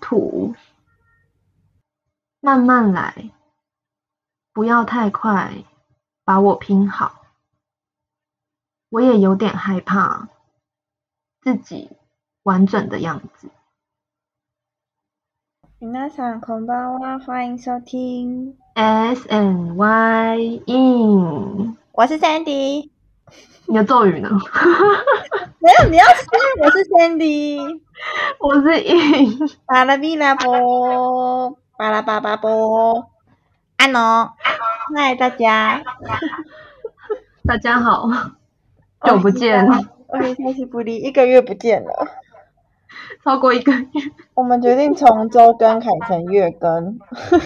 图，慢慢来，不要太快把我拼好。我也有点害怕自己完整的样子。 皆さんこんばんは，欢迎收听 SNY in， 我是 Sandy。 你的咒语呢？ 没有，你要说我是 Sandy。 我是 in。 巴拉比拉波，巴拉巴巴波，安喏，嗨大家， 大家好，久不见， 我是消息不离，1个月不见了。 超过1个月。 我们决定从周更改成月更。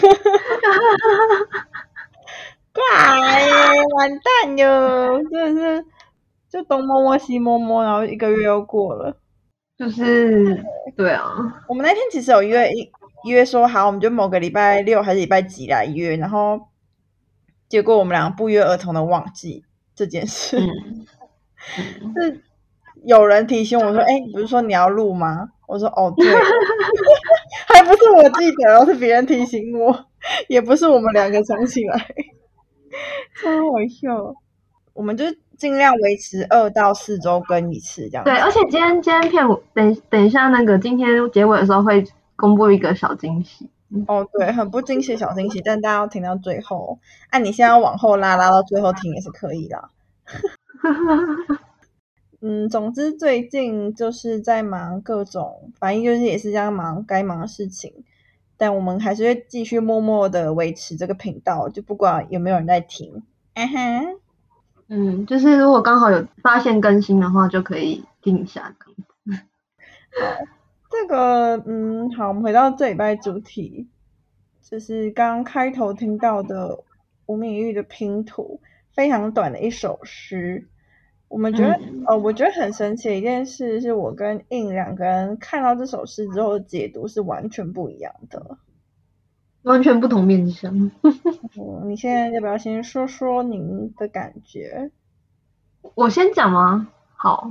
完蛋哟！真的是就东摸摸西摸摸，然后1个月又过了。 就是对啊， 我们那天其实有约说好，我们就某个礼拜6还是礼拜几来约，然后结果我们两个不约而同的忘记这件事。是有人提醒我说：“你不是说你要录吗？”我说：“哦，对。”还不是我记得，是别人提醒我，也不是我们两个想起来，超好笑。我们就尽量维持2到4周更一次这样子。 对，而且今天片尾等一下那个今天结尾的时候会公布一个小惊喜。 哦，对，很不惊喜小惊喜，但大家要听到最后。你现在要往后拉到最后听也是可以啦。总之最近就是在忙各种，反正就是也是这样忙该忙的事情，但我们还是会继续默默的维持这个频道，就不管有没有人在听。 就是如果刚好有发现更新的话，就可以听一下。 好，这个好，我们回到这礼拜主题，就是刚开头听到的吴敏玉的拼图，非常短的一首诗。我觉得很神奇的一件事是，我跟印两个人看到这首诗之后的解读是完全不一样的， 完全不同面向。 你现在要不要先说说您的感觉？ 我先讲吗？好，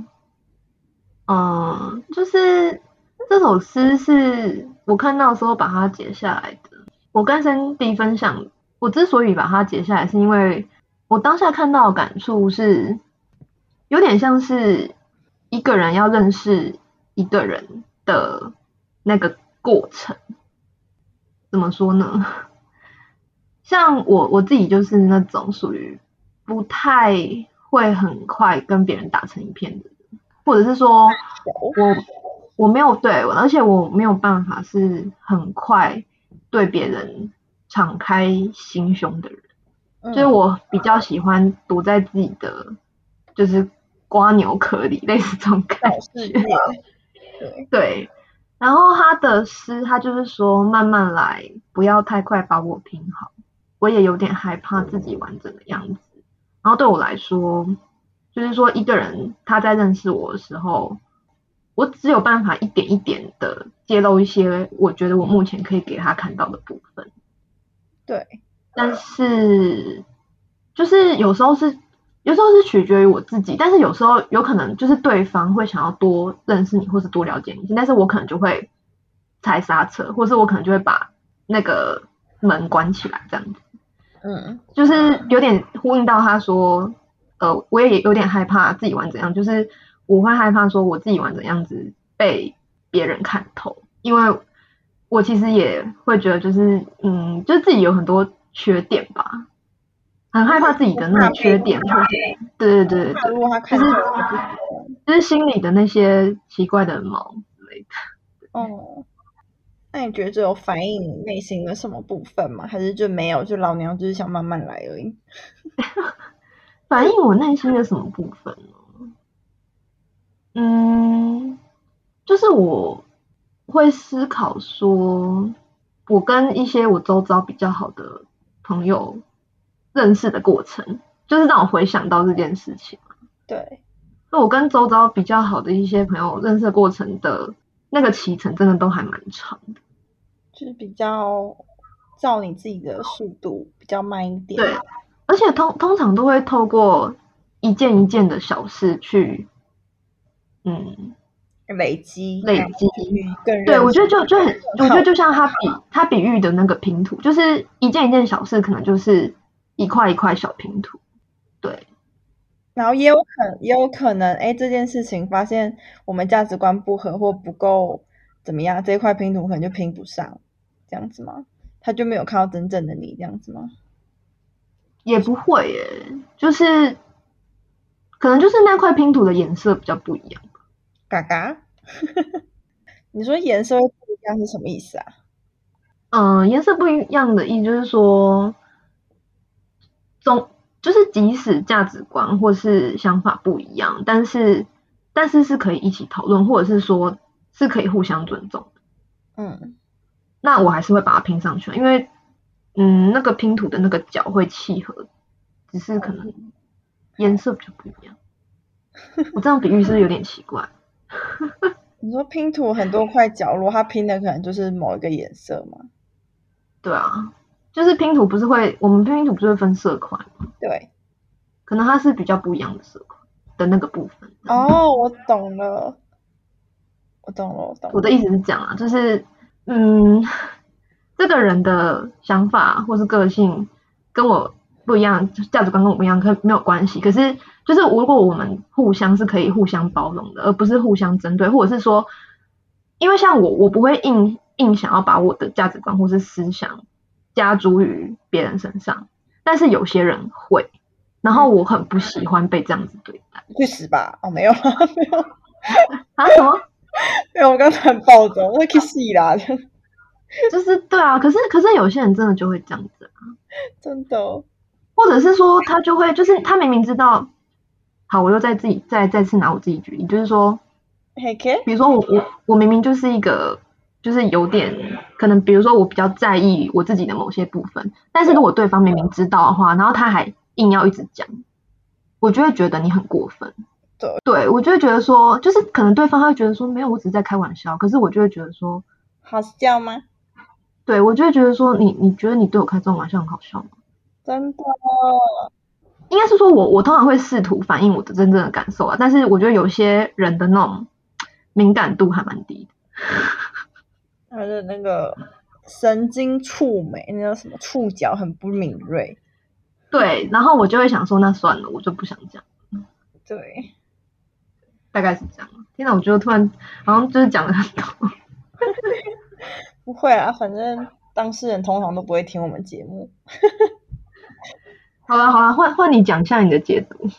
就是这首诗是我看到的时候把它截下来的。我跟Sandy分享，我之所以把它截下来，是因为我当下看到的感触是，有点像是一个人要认识一个人的那个过程。怎么说呢？像我自己就是那种属于不太会很快跟别人打成一片的人，或者是说我没有对，而且我没有办法是很快对别人敞开心胸的人，就是我比较喜欢躲在自己的就是瓜牛壳里，类似这种感觉。对，然后他的诗，他就是说慢慢来，不要太快把我拼好。我也有点害怕自己完整的样子。然后对我来说，就是说一个人他在认识我的时候，我只有办法一点一点的揭露一些我觉得我目前可以给他看到的部分。 对， 但是就是有时候是取决于我自己，但是有时候有可能就是对方会想要多认识你，或是多了解你，但是我可能就会踩刹车，或是我可能就会把那个门关起来，这样子。就是有点呼应到他说，我也有点害怕自己玩怎样，就是我会害怕说我自己玩怎样子被别人看透，因为我其实也会觉得就是就自己有很多缺点吧，很害怕自己的那个缺点，或是对， 如果他看透了， 就是心里的那些奇怪的毛之类的。 那你觉得这有反映你内心的什么部分吗？还是就没有？就老娘就是想慢慢来而已。 反映我内心的什么部分呢？就是我会思考说，我跟一些我周遭比较好的朋友认识的过程，就是让我回想到这件事情。 对， 那我跟周遭比较好的一些朋友认识的过程的那个期程，真的都还蛮长的。 就是比较照你自己的速度，比较慢一点。 对，而且通常都会透过一件一件的小事去， 累积更认识。 对，我觉得就很，我觉得就像他比喻的那个拼图，就是一件一件小事，可能就是一块一块小拼图。对， 然后也有可能，这件事情发现我们价值观不合或不够怎么样，这一块拼图可能就拼不上，这样子吗？他就没有看到真正的你，这样子吗？ 也不会耶，就是可能就是那块拼图的颜色比较不一样。 嘎嘎，你说颜色会不一样是什么意思啊？ 颜色不一样的意思就是说，就是即使价值观或是想法不一样，但是是可以一起讨论，或者是说是可以互相尊重的。那我还是会把它拼上去，因为那个拼图的那个角会契合，只是可能颜色比较不一样。我这样比喻是不是有点奇怪？ 你说拼图很多块角落，它拼的可能就是某一个颜色吗？ 对啊，就是拼图不是会，我们拼图不是会分色块吗？ 对， 可能它是比较不一样的色块的那个部分。 哦，我懂了。 我的意思是这样啊，就是这个人的想法或是个性跟我不一样，价值观跟我不一样，没有关系。可是就是如果我们互相是可以互相包容的，而不是互相针对，或者是说，因为像我不会硬想要把我的价值观或是思想加诸于别人身上，但是有些人会，然后我很不喜欢被这样子对待。 去死吧！哦，没有没有啊什么？ 没有，我刚才很暴走，那去死啦！ 就是对啊，可是有些人真的就会这样子啊， 真的， 或者是说他就会，就是他明明知道，好，我又再次拿我自己举例，就是说，比如说我明明就是一个，就是有点可能，比如说我比较在意我自己的某些部分，但是如果对方明明知道的话，然后他还硬要一直讲，我就会觉得你很过分。对，我就会觉得说，就是可能对方他会觉得说，没有，我只是在开玩笑，可是我就会觉得说， 好笑吗？ 对，我就会觉得说，你觉得你对我开这种玩笑很好笑吗？ 真的， 应该是说我通常会试图反映我的真正的感受啊，但是我觉得有些人的那种敏感度还蛮低的。 他的那个神经触媒，那叫什么触角很不敏锐。 对，然后我就会想说，那算了，我就不想讲。 对， 大概是这样。天哪，我觉得突然好像就是讲了很多。 不会啊，反正当事人通常都不会听我们节目。 好了，换你讲一下你的解读。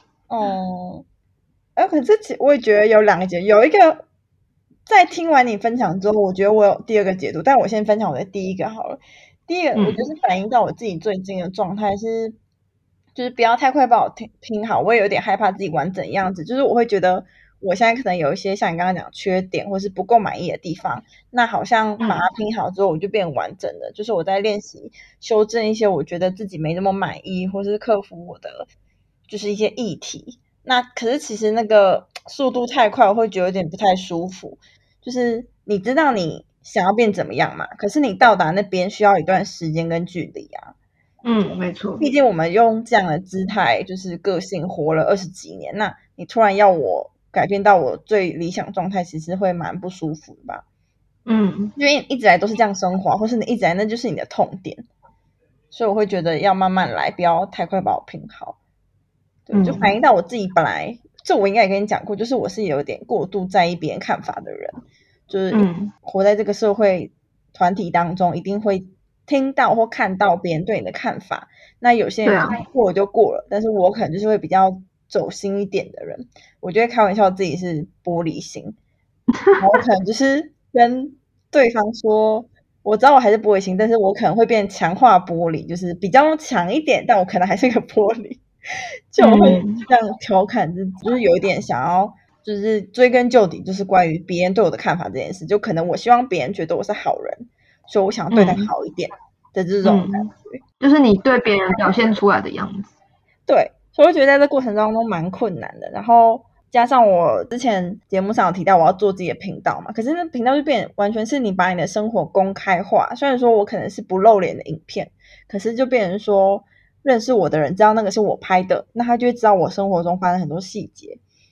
可是我也觉得有两个解读，有一个在听完你分享之后，我觉得我有第二个解读，但我先分享我的第一个好了。第一个，我就是反映到我自己最近的状态是，就是不要太快把我拼好，我也有点害怕自己玩怎样子，就是我会觉得我现在可能有一些像你刚刚讲缺点或是不够满意的地方，那好像把它拼好之后，我就变完整的，就是我在练习修正一些我觉得自己没那么满意，或是克服我的就是一些议题。那可是其实那个速度太快，我会觉得有点不太舒服。就是你知道你想要变怎么样嘛？可是你到达那边需要一段时间跟距离啊。 没错。 毕竟我们用这样的姿态，就是个性活了20几年，那你突然要我改变到我最理想状态，其实会蛮不舒服的吧？因为一直来都是这样生活，或是你一直来那就是你的痛点，所以我会觉得要慢慢来，不要太快把我拼好。对，就反映到我自己本来，这我应该也跟你讲过，就是我是有点过度在意别人看法的人，就是活在这个社会团体当中，一定会听到或看到别人对你的看法。那有些人过了就过了，但是我可能就是会比较走心一点的人，我就会开玩笑自己是玻璃心，然后我可能就是跟对方说，我知道我还是玻璃心，但是我可能会变强化玻璃，就是比较强一点，但我可能还是一个玻璃。就我会这样调侃自己，就是有一点想要，就是追根究底，就是关于别人对我的看法这件事。就可能我希望别人觉得我是好人，所以我想要对他好一点的这种感觉， 就是你对别人表现出来的样子。 对，所以我觉得在这过程当中蛮困难的。然后加上我之前节目上有提到我要做自己的频道嘛，可是那频道就变完全是你把你的生活公开化。虽然说我可能是不露脸的影片，可是就变成说，认识我的人知道那个是我拍的，那他就会知道我生活中发生很多细节。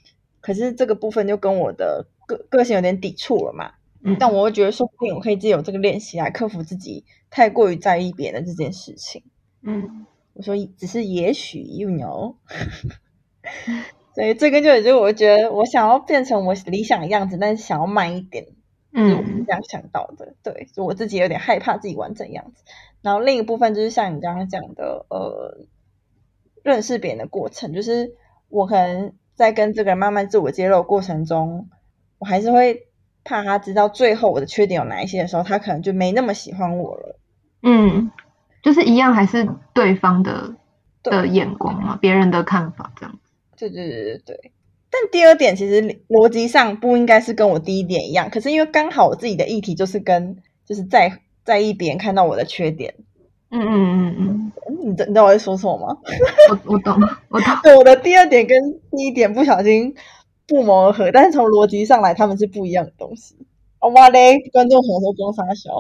可是这个部分就跟我的个性有点抵触了嘛。但我会觉得说不定我可以借由这个练习来克服自己太过于在意别人的这件事情。我说只是也许 you know 所以这个就是我觉得我想要变成我理想的样子，但是想要慢一点，就是我是这样想到的。对，就我自己有点害怕自己完整样子。然后另一个部分就是像你刚刚讲的认识别人的过程，就是我可能在跟这个人慢慢自我揭露的过程中，我还是会怕他知道最后我的缺点有哪一些的时候，他可能就没那么喜欢我了。 就是一样还是对方的眼光嘛，别人的看法这样。 对。但第二点其实逻辑上不应该是跟我第一点一样，可是因为刚好我自己的议题就是在意别人看到我的缺点。你知道我在说什么吗？ 我懂。 对，我的第二点跟第一点不小心不谋而合，但是从逻辑上来他们是不一样的东西。哇嘞，观众朋友说装傻笑。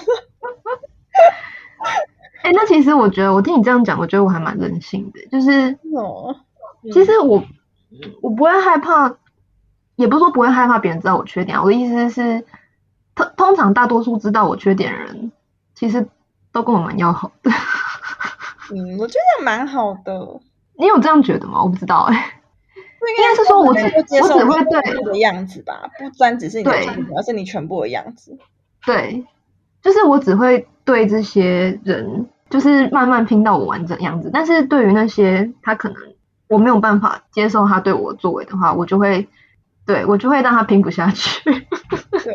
那其实我觉得我听你这样讲，我觉得我还蛮任性的，就是其实我不会害怕，也不是说不会害怕别人知道我缺点。我的意思是，通常大多数知道我缺点的人，其实都跟我蛮要好的。 我觉得蛮好的。 你有这样觉得吗？我不知道应该是说我只会对的样子吧，不单只是你的缺点，而是你全部的样子。 对，就是我只会对这些人，就是慢慢拼到我完整样子。但是对于那些他可能我没有办法接受他对我作为的话，我就会让他拼不下去。 对。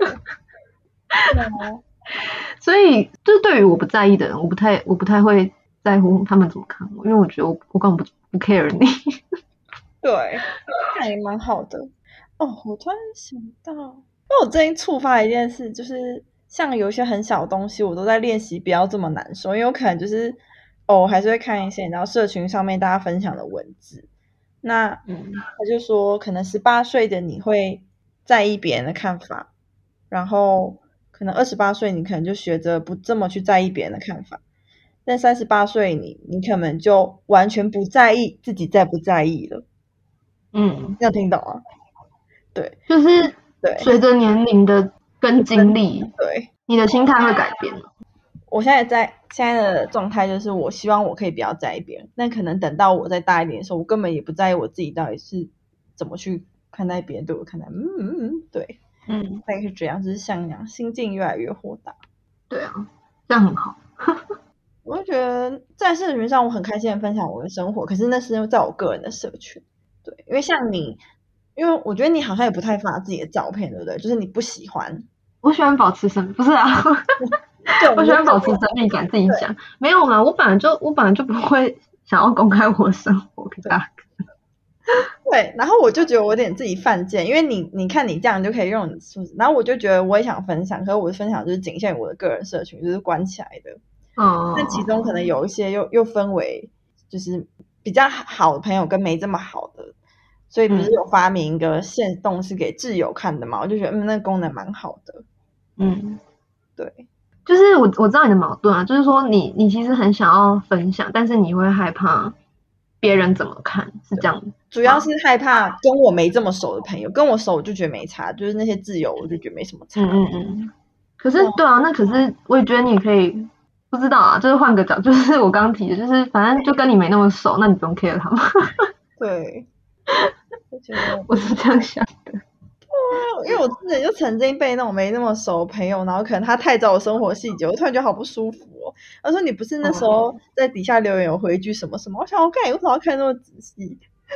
所以就是对于我不在意的人，我不太会在乎他们怎么看我，因为我觉得我根本不 care 你。 对，还蛮好的。我突然想到，因为我最近触发了一件事，就是像有一些很小的东西，我都在练习不要这么难受，因为我可能就是我还是会看一些然后社群上面大家分享的文字。那他就说可能18岁的你会在意别人的看法，然后可能28岁你可能就学着不这么去在意别人的看法，但38岁你可能就完全不在意自己在不在意了。要听懂啊？对， 就是随着年龄的跟经历， 对， 你的心态会改变。 我现在的状态就是我希望我可以不要在意别人，但可能等到我再大一点的时候，我根本也不在意我自己到底是怎么去看待别人对我看待。对，大概是这样，就是像那样，心境越来越豁达。 对啊，这样很好。 我就觉得在社群上我很开心的分享我的生活，可是那是在我个人的社群。对，因为像你，因为我觉得你好像也不太发自己的照片，对不对？就是你不喜欢。 我喜欢保持不是啊。我喜欢保持神秘感，自己讲。没有啦，我本来就不会想要公开我的生活给大家看。 对，然后我就觉得我有点自己犯贱，因为你看你这样就可以用你数字，然后我就觉得我也想分享，可是我的分享就是仅限于我的个人社群，就是关起来的。但其中可能有一些又分为就是比较好的朋友跟没这么好的，所以不是有发明一个限动是给挚友看的嘛？我就觉得那个功能蛮好的。对。 就是我知道你的矛盾啊，就是说你其实很想要分享，但是你会害怕别人怎么看，是这样。 主要是害怕跟我没这么熟的朋友，跟我熟我就觉得没差，就是那些挚友我就觉得没什么差。 可是对啊，那可是我也觉得你可以不知道啊，就是换个角，就是我刚刚提的，就是反正就跟你没那么熟，那你不用 care 他们。 对， 我是这样想的。 因为我之前就曾经被那种没那么熟的朋友，然后可能他太知道我生活细节，我突然觉得好不舒服哦。他说你不是那时候在底下留言有回一句什么什么，我想我看你为什么要看那么仔细？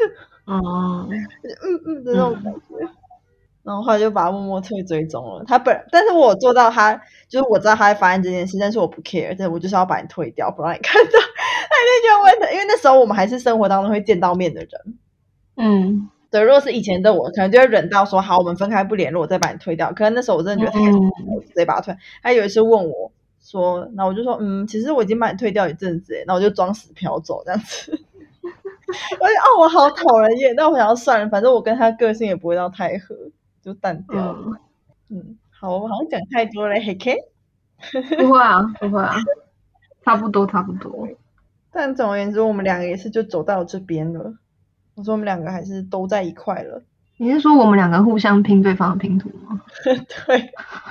的那种感觉。然后后来就把他默默退追踪了。但是我有做到他，就是我知道他在发现这件事，但是我不 care， 但我就是要把你退掉，不让你看到。他就觉得因为那时候我们还是生活当中会见到面的人。对，如果是以前的我，可能就会忍到说好，我们分开不联络，我再把你推掉。可是那时候我真的觉得太我直接把他推。他有一次问我说，那我就说其实我已经把你退掉一阵子，那我就装死飘走这样子。我就我好讨人厌，但我想要算了，反正我跟他个性也不会到太合，就淡掉了。好，我好像讲太多了，嘿 K。 不会啊，差不多。 但总而言之，我们两个也是就走到这边了。我说我们两个还是都在一块了。 你是说我们两个互相拼对方的拼图吗？ 对，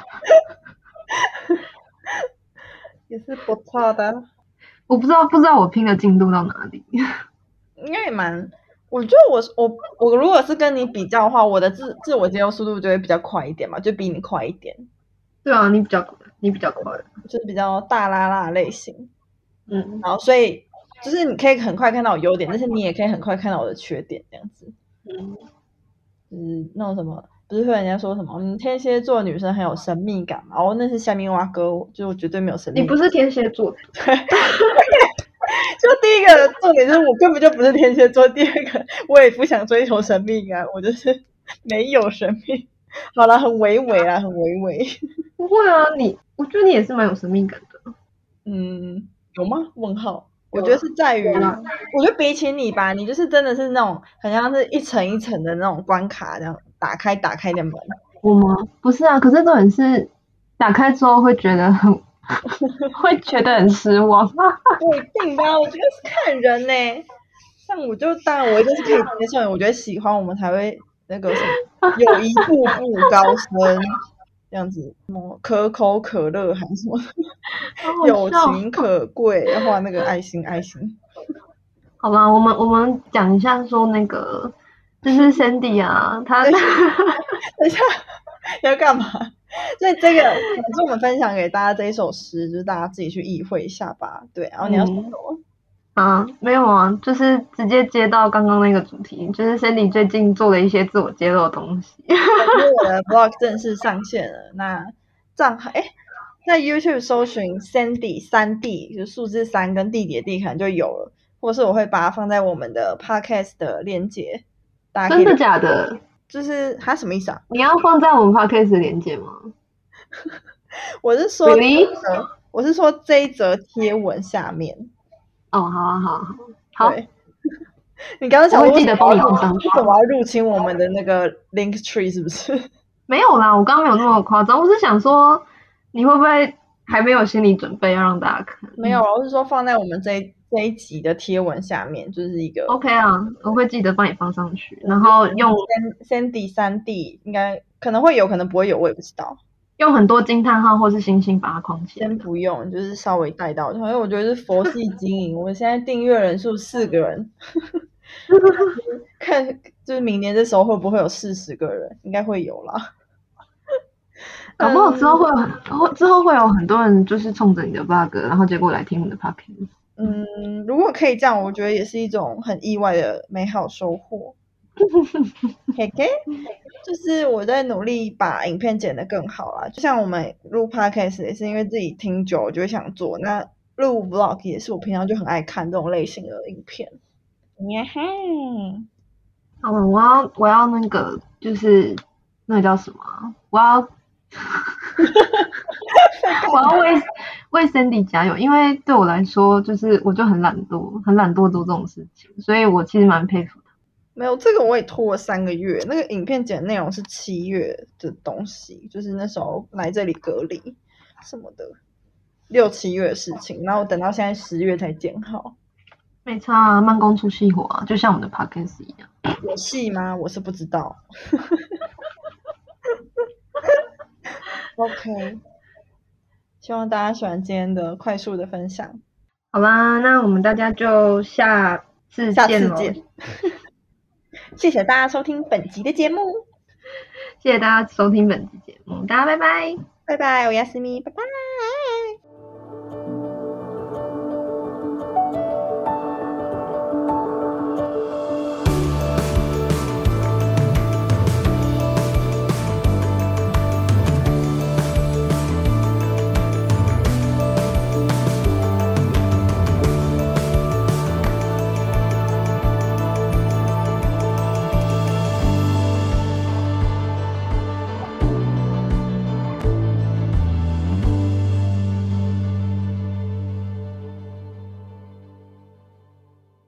也是不错的。 我不知道我拼的进度到哪里。 应该也蛮，我觉得我如果是跟你比较的话，我的自我接受速度就会比较快一点嘛，就比你快一点。 对啊，你比较快。 就是比较大拉拉类型。 嗯， 然后所以就是你可以很快看到我优点，但是你也可以很快看到我的缺点，这样子。就是那种什么，不是会人家说什么，天蝎座女生很有神秘感嘛？哦，那是虾米蛙哥，就我绝对没有神秘感。 你不是天蝎座的。 对，就第一个重点就是我根本就不是天蝎座，第二个我也不想追求神秘感，我就是没有神秘。好啦，很唯唯啦，很唯唯。 不会啊，我觉得你也是蛮有神秘感的。 有吗？问号。我觉得是在于，我觉得比起你吧，你就是真的是那种很像是一层一层的那种关卡，这样打开的门。 我吗？不是啊，可是重点是打开之后会觉得很会觉得很失望。 不一定吧，我觉得是看人呢。像我就当然我一定是可以接受，我觉得喜欢我们才会那个什么，有一步步高升，这样子，什么可口可乐还是什么，友情可贵，要画那个爱心。 好吧，我们讲一下说那个就是 Sandy 啊，他等一下要干嘛？所以这个也是我们分享给大家这一首诗，就是大家自己去意会一下吧。对，然后你要说什么？ 没有啊，就是直接接到刚刚那个主题，就是 Sandy 最近做了一些自我揭露的东西。 因为我的 blog 正式上线了，那账号在 YouTube 搜寻 Sandy 3D，就数字3跟地点地可能就有了，或是我会把它放在我们的 podcast 的链接。大家可以真的假的？ 就是它什么意思啊？ 你要放在我们 podcast 的链接吗？ 我是说 Really？ 我是说这一则贴文下面。 哦，好啊，好。 对，你刚刚想我会记得帮你放上去。 为什么要入侵我们的那个 link tree 是不是？ 没有啦，我刚刚没有那么夸张，我是想说你会不会还没有心理准备要让大家看？ 没有，我是说放在我们这一集的贴文下面，就是一个 OK 啊，我会记得帮你放上去，然后用 Sandy 3D 应该可能会有，可能不会有，我也不知道。 用很多惊叹号或是星星把它框起来。 先不用，就是稍微带到，因为我觉得是佛系经营。我现在订阅人数4个人，看就是明年这时候会不会有40个人，应该会有啦。 搞不好之后会有很多人就是冲着你的 bug，然后结果来听你的 podcast。 如果可以这样，我觉得也是一种很意外的美好收获。嘿嘿，就是我在努力把影片剪得更好啦。就像我们录 podcast 也是因为自己听久，我就会想做。那录 vlog 也是我平常就很爱看这种类型的影片。呀哈！ 好了，我要那个就是那个叫什么啊？我要为 Sandy 加油，因为对我来说，就是我就很懒惰做这种事情，所以我其实蛮佩服他。 没有这个我也拖了3个月，那个影片剪的内容是7月的东西，就是那时候来这里隔离什么的，6、7月的事情，然后等到现在10月才剪好。 没差啊，慢工出细活啊，就像我们的 podcast 一样。 有戏吗？我是不知道。OK， 希望大家喜欢今天的快速的分享。 好啦，那我们大家就下次见咯。 谢谢大家收听本集的节目， 谢谢大家收听本集节目，大家拜拜， 拜拜，我亚斯咪，拜拜。